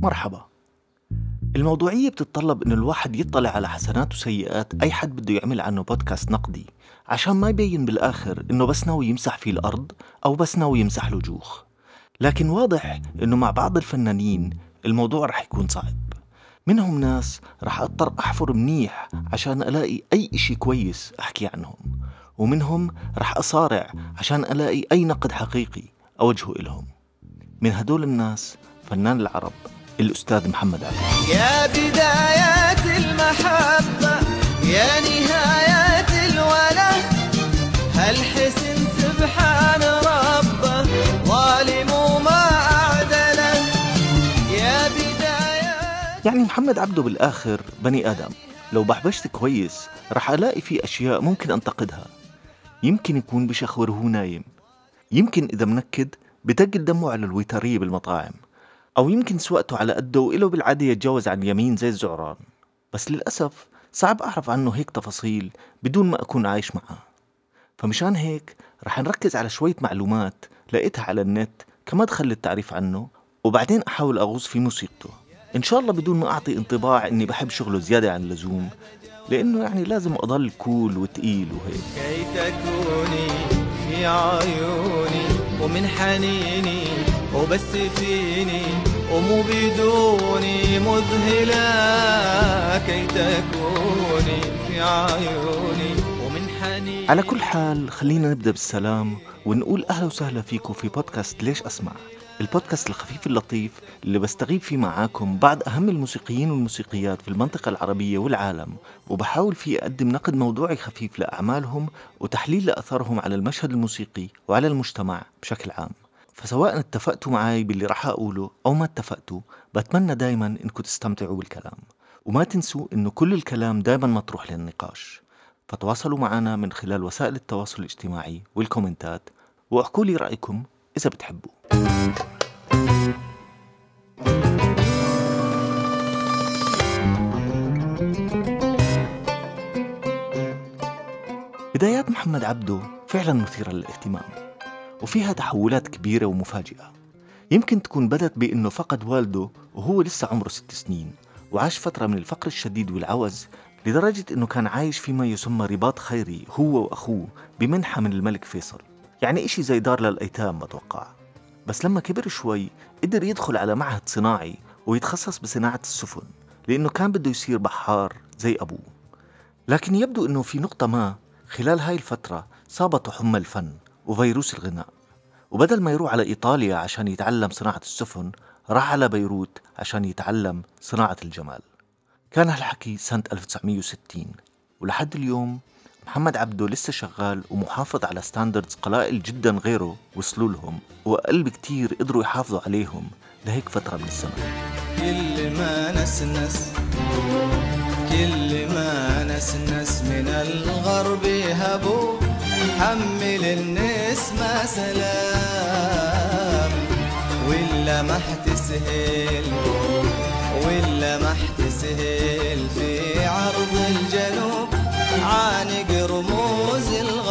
مرحبا. الموضوعية بتتطلب إنه الواحد يطلع على حسنات وسيئات أي حد بده يعمل عنه بودكاست نقدي، عشان ما يبين بالآخر إنه بس ناوي يمسح فيه الأرض أو بس ناوي يمسح له جوخ. لكن واضح إنه مع بعض الفنانين الموضوع رح يكون صعب. منهم ناس رح أضطر أحفر منيح عشان ألاقي أي إشي كويس أحكي عنهم، ومنهم رح أصارع عشان ألاقي أي نقد حقيقي أوجهه إلهم. من هدول الناس فنان العرب الأستاذ محمد عبدو. يا بدايات المحبة يا نهايات الوله، هالحسن سبحان ربه ظالم وما أعدله. يا بدايات يعني محمد عبدو بالآخر بني آدم، لو بحبشت كويس رح ألاقي فيه أشياء ممكن أنتقدها. يمكن يكون بشخور وهو نايم، يمكن إذا منكد بتقل دمه على الويترية بالمطاعم، أو يمكن سوقته على قده وإله بالعادة يتجوز عن اليمين زي الزعران. بس للأسف صعب أعرف عنه هيك تفاصيل بدون ما أكون عايش معه. فمشان هيك رح نركز على شوية معلومات لقيتها على النت كمدخل للتعريف عنه، وبعدين أحاول أغوص في موسيقته، إن شاء الله بدون ما أعطي انطباع إني بحب شغله زيادة عن اللزوم، لأنه يعني لازم أضل كول وتقيل وهيك. كي تكوني في عيوني ومن حنيني وبس فيني ومو بدوني مذهلة، كي تكوني في عيوني ومن حنيني. على كل حال خلينا نبدأ بالسلام ونقول أهلا وسهلا فيكم في بودكاست ليش أسمع، البودكاست الخفيف اللطيف اللي بستغيب فيه معاكم بعض أهم الموسيقيين والموسيقيات في المنطقة العربية والعالم، وبحاول فيه أقدم نقد موضوعي خفيف لأعمالهم وتحليل لأثرهم على المشهد الموسيقي وعلى المجتمع بشكل عام. فسواء اتفقتوا معي باللي راح أقوله أو ما اتفقتوا، بتمنى دايما إنكم تستمتعوا بالكلام، وما تنسوا إنه كل الكلام دايما مطروح للنقاش. فتواصلوا معنا من خلال وسائل التواصل الاجتماعي والكومنتات، واحكوا لي رأيكم إذا بتحبوا. بدايات محمد عبدو فعلا مثيرة للاهتمام، وفيها تحولات كبيرة ومفاجئة. يمكن تكون بدت بأنه فقد والده وهو لسه عمره 6 سنين، وعاش فترة من الفقر الشديد والعوز، لدرجة أنه كان عايش فيما يسمى رباط خيري هو وأخوه بمنحة من الملك فيصل، يعني إشي زي دار للأيتام بتوقع. بس لما كبر شوي قدر يدخل على معهد صناعي ويتخصص بصناعة السفن، لأنه كان بده يصير بحار زي أبوه. لكن يبدو أنه في نقطة ما خلال هاي الفترة صابته حمى الفن وفيروس الغناء، وبدل ما يروح على إيطاليا عشان يتعلم صناعة السفن، راح على بيروت عشان يتعلم صناعة الجمال. كان هالحكي سنة 1960، ولحد اليوم محمد عبدو لسه شغال ومحافظ على ستاندردز قلائل جدا غيره وصلوا لهم، وأقل بكتير قدروا يحافظوا عليهم لهيك فترة من الزمن. كل ما نسنس من الغرب هبو، حمل النسمة سلام، ولا ما احتسهل في عرض الجنوب، عانق رموز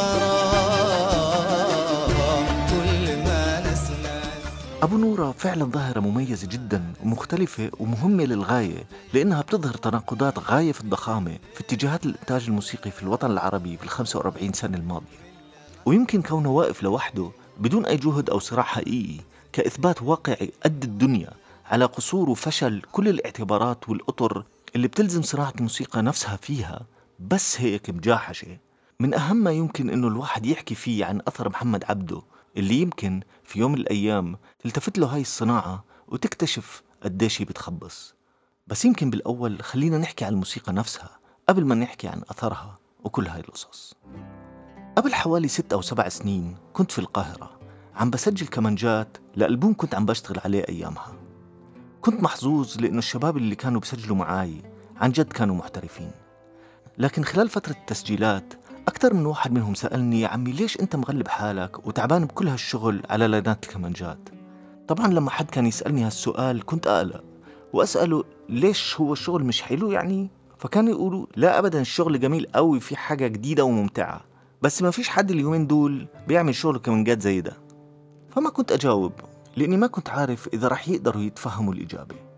الغرام. كل ما نسنس. أبو نورة فعلا ظاهرة مميزة جدا ومختلفة ومهمة للغاية، لأنها بتظهر تناقضات غاية في الضخامة في اتجاهات الإنتاج الموسيقي في الوطن العربي في 45 سنة الماضية. ويمكن كونه واقف لوحده بدون أي جهد أو صراع حقيقي كإثبات واقعي قد الدنيا على قصور وفشل كل الاعتبارات والأطر اللي بتلزم صناعة الموسيقى نفسها فيها، بس هيك مجاحشة. من أهم ما يمكن إنه الواحد يحكي فيه عن أثر محمد عبدو، اللي يمكن في يوم من الأيام تلتفت له هاي الصناعة وتكتشف قديش هي بتخبص. بس يمكن بالأول خلينا نحكي عن الموسيقى نفسها قبل ما نحكي عن أثرها وكل هاي القصص. قبل حوالي 6 أو 7 سنين كنت في القاهرة عم بسجل كمانجات لألبوم كنت عم بشتغل عليه أيامها. كنت محظوظ لأنه الشباب اللي كانوا بسجلوا معاي عن جد كانوا محترفين. لكن خلال فترة التسجيلات أكثر من واحد منهم سألني: يا عمي ليش أنت مغلب حالك وتعبان بكل هالشغل على لينات الكمانجات؟ طبعا لما حد كان يسألني هالسؤال كنت أقلق وأسأله ليش هو الشغل مش حلو يعني؟ فكانوا يقولوا لا أبدا الشغل جميل قوي، في حاجة جديدة وممتعة، بس ما فيش حد اليومين دول بيعمل شغل كمانجات زي ده. فما كنت أجاوب لأني ما كنت عارف إذا رح يقدروا يتفهموا الإجابة.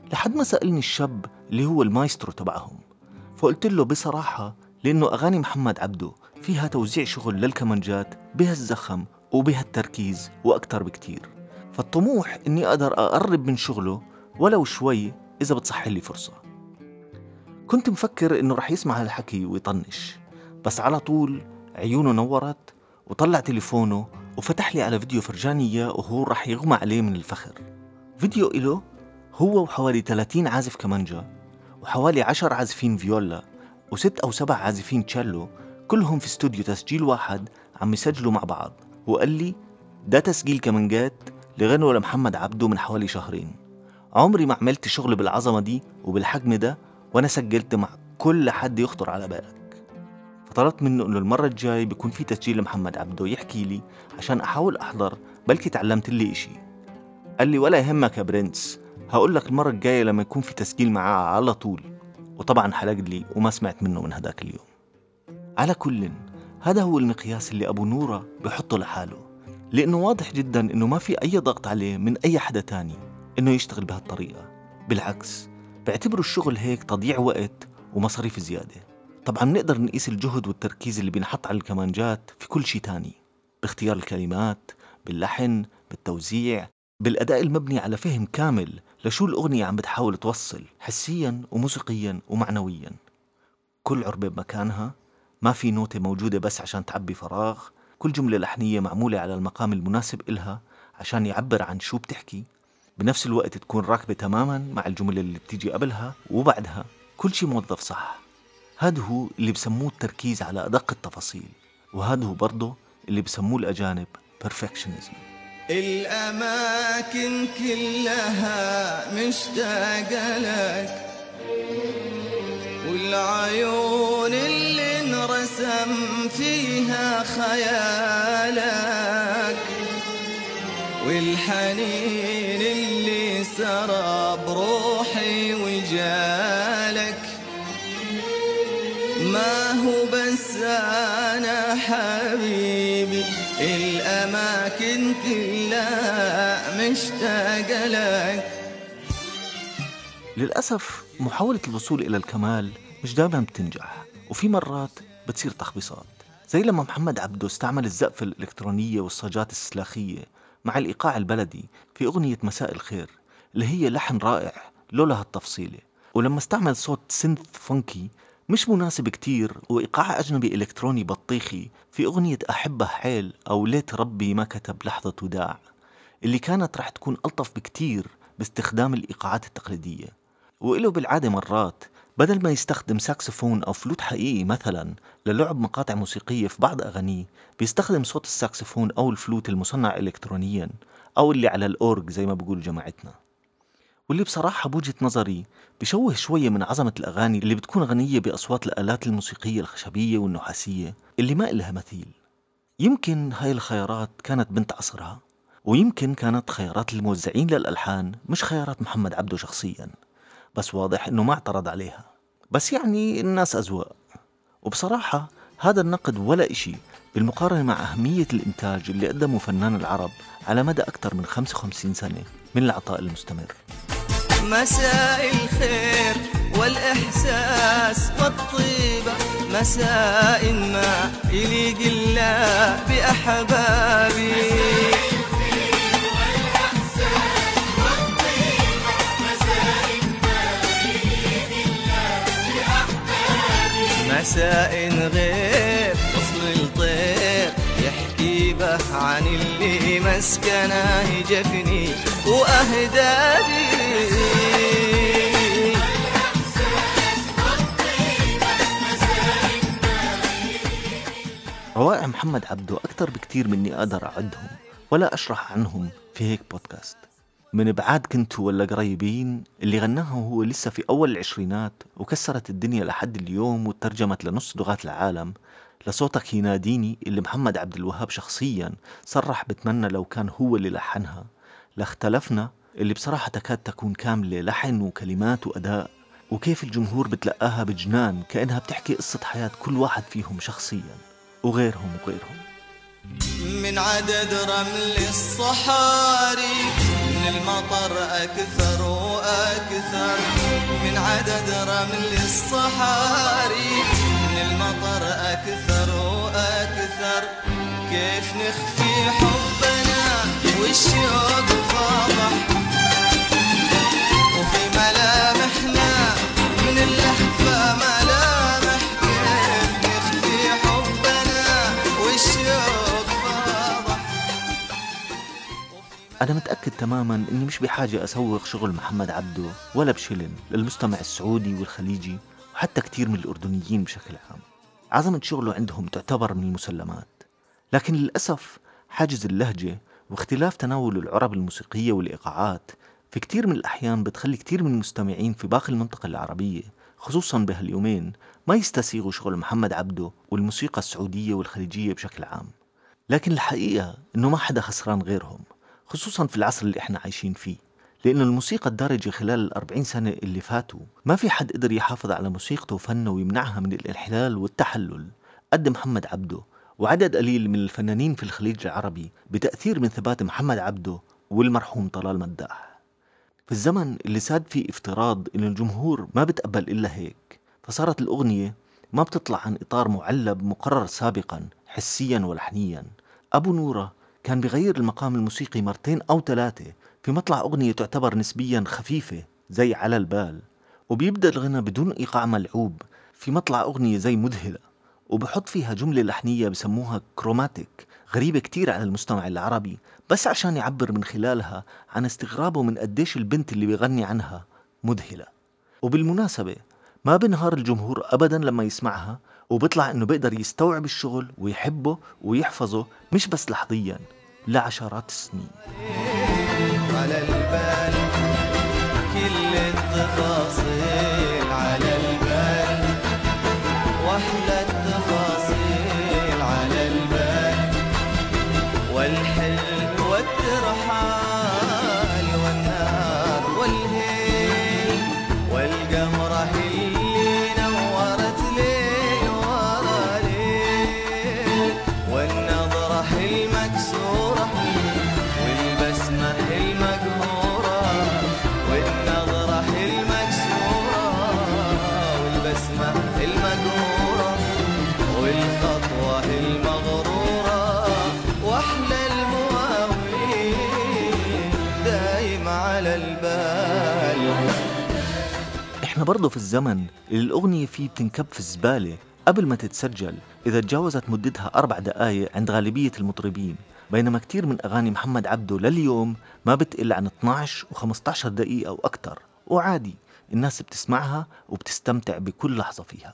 لحد ما سألني الشاب اللي هو المايسترو تبعهم، فقلت له بصراحة لأنه أغاني محمد عبده فيها توزيع شغل للكمانجات بهالزخم وبهالتركيز وأكتر بكتير، فالطموح إني أقدر أقرب من شغله ولو شوي إذا بتصح لي فرصة. كنت مفكر إنه رح يسمع هالحكي ويطنش، بس على طول عيونه نورت وطلع تليفونه وفتح لي على فيديو فرجاني إياه وهو رح يغمى عليه من الفخر. فيديو إله هو وحوالي 30 عازف كمانجا وحوالي 10 عازفين فيولا و6 أو 7 عازفين تشيلو، كلهم في استوديو تسجيل واحد عم يسجلوا مع بعض. وقال لي ده تسجيل كمانجات لغنوة لمحمد عبده من حوالي شهرين، عمري ما عملت شغل بالعظمة دي وبالحجم ده، وأنا سجلت مع كل حد يخطر على بالك. فطلبت منه إنه المرة الجاي بيكون في تسجيل لمحمد عبده يحكي لي عشان أحاول أحضر، بلكي تعلمت لي إشي. قال لي ولا يهمك يا برنس، هقول لك المرة الجاية لما يكون في تسجيل معاه على طول. وطبعا حلق لي وما سمعت منه من هداك اليوم. على كل، هذا هو المقياس اللي أبو نورة بيحطه لحاله، لأنه واضح جدا إنه ما في أي ضغط عليه من أي حدا تاني إنه يشتغل بهالطريقة. بالعكس بعتبروا الشغل هيك تضييع وقت ومصاريف زيادة. طبعا بنقدر نقيس الجهد والتركيز اللي بينحط على الكمانجات في كل شي تاني، باختيار الكلمات، باللحن، بالتوزيع، بالأداء المبني على فهم كامل لشو الأغنية عم بتحاول توصل حسيا وموسيقيا ومعنويا. كل عربة بمكانها، ما في نوتة موجودة بس عشان تعبي فراغ، كل جملة لحنية معمولة على المقام المناسب إلها عشان يعبر عن شو بتحكي، بنفس الوقت تكون راكبة تماما مع الجملة اللي بتيجي قبلها وبعدها، كل شي موظف صح. هذا هو اللي بسموه التركيز على أدق التفاصيل، وهذا هو برضه اللي بسموه الأجانب perfectionism. الأماكن كلها مشتاقة لك، والعيون اللي انرسم فيها خيالك، والحنين اللي سرى بروحي وجالك. ما هو بس أنا حبيبي، الأماكن كلها مشتاقة لك. للأسف محاولة الوصول إلى الكمال مش دائما بتنجح، وفي مرات بتصير تخبيصات، زي لما محمد عبده استعمل الزقفة الإلكترونية والصاجات السلاخية مع الإيقاع البلدي في أغنية مساء الخير اللي هي لحن رائع لولا هالتفصيلة، ودلما استعمل صوت سينث فونكي مش مناسب كتير وإيقاع أجنبي إلكتروني بطيخي في أغنية أحبه حيل أو ليت ربي ما كتب لحظة وداع، اللي كانت رح تكون ألطف بكتير باستخدام الإيقاعات التقليدية. وإله بالعادة مرات بدل ما يستخدم ساكسفون أو فلوت حقيقي مثلا للعب مقاطع موسيقية في بعض أغانيه، بيستخدم صوت الساكسفون أو الفلوت المصنع إلكترونيا أو اللي على الأورج زي ما بقول جماعتنا، واللي بصراحة بوجهة نظري بيشوه شوية من عظمة الأغاني اللي بتكون غنية بأصوات الآلات الموسيقية الخشبية والنحاسية اللي ما إلها مثيل. يمكن هاي الخيارات كانت بنت عصرها، ويمكن كانت خيارات الموزعين للألحان مش خيارات محمد عبده شخصيا، بس واضح إنه ما اعترض عليها. بس يعني الناس أذواق، وبصراحة هذا النقد ولا إشي بالمقارنة مع أهمية الإنتاج اللي قدمه فنان العرب على مدى أكثر من 55 سنة من العطاء المستمر. مساء الخير والإحساس والطيبة، مساء ما يليق الله بأحبابي. مساء غير وصل الطير يحكي به عن اللي مسكنه جفني وأهدابي. روائع محمد عبده أكثر بكتير مني أقدر أعدهم ولا أشرح عنهم في هيك بودكاست. من بعاد كنتوا ولا قريبين اللي غناها هو لسه في أول العشرينات وكسرت الدنيا لحد اليوم وترجمت لنص لغات العالم، لصوتك يناديني اللي محمد عبد الوهاب شخصيا صرح بتمنى لو كان هو اللي لحنها، لاختلفنا اللي بصراحة تكاد تكون كاملة لحن وكلمات وأداء، وكيف الجمهور بتلقاها بجنان كأنها بتحكي قصة حياة كل واحد فيهم شخصيا وغيرهم وغيرهم. من عدد رمل الصحاري المطر أكثر وأكثر من عدد رمل الصحاري، من المطر أكثر وأكثر كيف نخفي حبنا والشوق فاضح، وفي ملامحنا من اللهفة ملامح، كيف نخفي حبنا والشوق فاضح. أنا متأكد تماماً إني مش بحاجة أسوق شغل محمد عبده ولا بشلن للمستمع السعودي والخليجي وحتى كتير من الأردنيين بشكل عام. عظمة شغله عندهم تعتبر من المسلمات، لكن للأسف حاجز اللهجة واختلاف تناول العرب الموسيقية والإيقاعات في كتير من الأحيان بتخلي كتير من المستمعين في باقي المنطقة العربية خصوصاً بهاليومين ما يستسيغوا شغل محمد عبده والموسيقى السعودية والخليجية بشكل عام. لكن الحقيقة إنه ما حدا خسران غيرهم، خصوصاً في العصر اللي إحنا عايشين فيه، لأن الموسيقى الدارجة خلال 40 سنة اللي فاتوا ما في حد قدر يحافظ على موسيقته وفنه ويمنعها من الانحلال والتحلل قد محمد عبده وعدد قليل من الفنانين في الخليج العربي بتأثير من ثبات محمد عبده والمرحوم طلال مداح. في الزمن اللي ساد فيه افتراض إن الجمهور ما بتقبل إلا هيك، فصارت الأغنية ما بتطلع عن إطار معلب مقرر سابقاً حسياً ولحنياً. أبو نورة كان بيغير المقام الموسيقي مرتين أو 3 في مطلع أغنية تعتبر نسبياً خفيفة زي على البال، وبيبدأ الغنى بدون إيقاع ملعوب في مطلع أغنية زي مذهلة، وبحط فيها جملة لحنية بسموها كروماتيك غريبة كتير على المستمع العربي، بس عشان يعبر من خلالها عن استغرابه من قديش البنت اللي بيغني عنها مذهلة. وبالمناسبة ما بنهار الجمهور أبداً لما يسمعها، وبيطلع إنه بيقدر يستوعب الشغل ويحبه ويحفظه مش بس لحظياً لعشرات السنين. على البال كل التفاصيل على البال، واحلى التفاصيل على البال، والحلم والترحال والنار والهيل والقمرة اللي نورت ليل ورا ليل، والنظرة المكسورة والبسمة المقهورة، والنظرة المكسورة والبسمة المقهورة، والخطوة المغرورة، واحلى المواويل دايم على البال. احنا برضو في الزمن اللي الأغنية فيه بتنكب في الزبالة قبل ما تتسجل إذا تجاوزت مدتها 4 دقايق عند غالبية المطربين، بينما كتير من أغاني محمد عبده لليوم ما بتقل عن 12 و15 دقيقة أو أكتر، وعادي الناس بتسمعها وبتستمتع بكل لحظة فيها.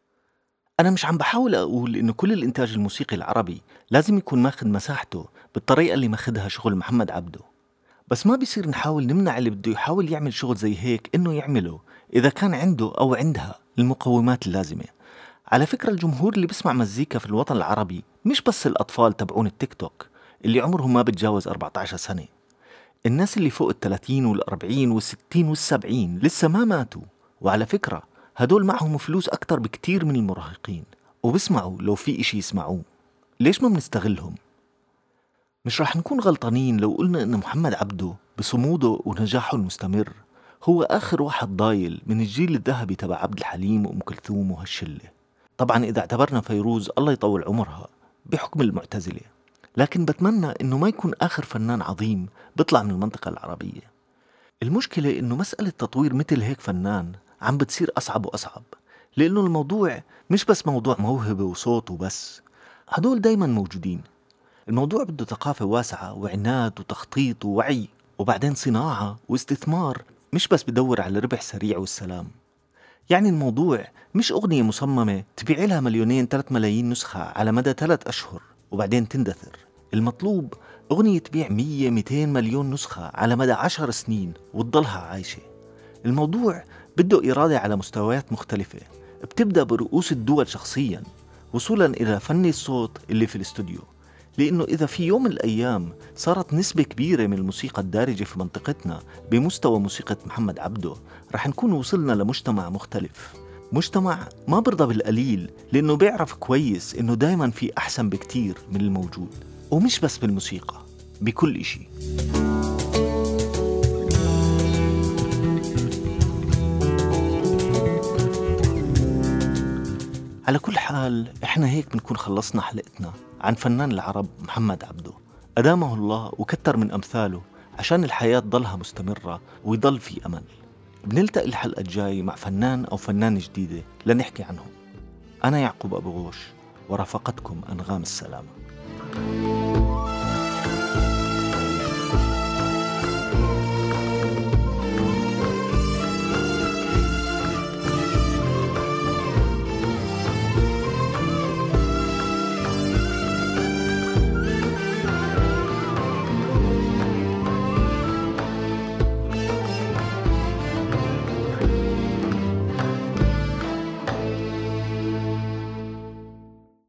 أنا مش عم بحاول أقول إنه كل الإنتاج الموسيقي العربي لازم يكون ماخد مساحته بالطريقة اللي ماخدها شغل محمد عبده، بس ما بيصير نحاول نمنع اللي بده يحاول يعمل شغل زي هيك إنه يعمله إذا كان عنده أو عندها المقومات اللازمة. على فكرة الجمهور اللي بيسمع مزيكا في الوطن العربي مش بس الأطفال تبعون التيك توك اللي عمرهم ما بتجاوز 14 سنة، الناس اللي فوق 30 وال40 وال60 وال70 لسه ما ماتوا، وعلى فكرة هدول معهم فلوس أكتر بكتير من المراهقين وبسمعوا لو في إشي يسمعوه. ليش ما بنستغلهم؟ مش رح نكون غلطانين لو قلنا إن محمد عبده بصموده ونجاحه المستمر هو آخر واحد ضايل من الجيل الذهبي تبع عبد الحليم وأم كلثوم وهالشلة، طبعا إذا اعتبرنا فيروز الله يطول عمرها بحكم المعتزلة، لكن بتمنى إنه ما يكون آخر فنان عظيم بيطلع من المنطقة العربية. المشكلة إنه مسألة تطوير مثل هيك فنان عم بتصير أصعب وأصعب، لأنه الموضوع مش بس موضوع موهبة وصوت وبس، هدول دايما موجودين. الموضوع بده ثقافة واسعة وعناد وتخطيط ووعي، وبعدين صناعة واستثمار، مش بس بدور على ربح سريع والسلام. يعني الموضوع مش أغنية مصممة تبيع لها 2-3 ملايين نسخة على مدى 3 أشهر وبعدين تندثر. المطلوب أغنية تبيع 100-200 مليون نسخة على مدى 10 سنين وتضلها عايشة. الموضوع بده إرادة على مستويات مختلفة، بتبدأ برؤوس الدول شخصيا وصولا إلى فني الصوت اللي في الاستوديو، لأنه إذا في يوم من الأيام صارت نسبة كبيرة من الموسيقى الدارجة في منطقتنا بمستوى موسيقى محمد عبده، رح نكون وصلنا لمجتمع مختلف، مجتمع ما برضى بالقليل، لأنه بيعرف كويس إنه دايما في أحسن بكتير من الموجود، ومش بس بالموسيقى، بكل إشي. على كل حال إحنا هيك بنكون خلصنا حلقتنا عن فنان العرب محمد عبده، أدامه الله وكتر من أمثاله عشان الحياة تضلها مستمرة ويضل في أمل. بنلتقي الحلقة الجاي مع فنان أو فنانة جديدة لنحكي عنهم. أنا يعقوب أبو غوش ورافقتكم أنغام السلامة.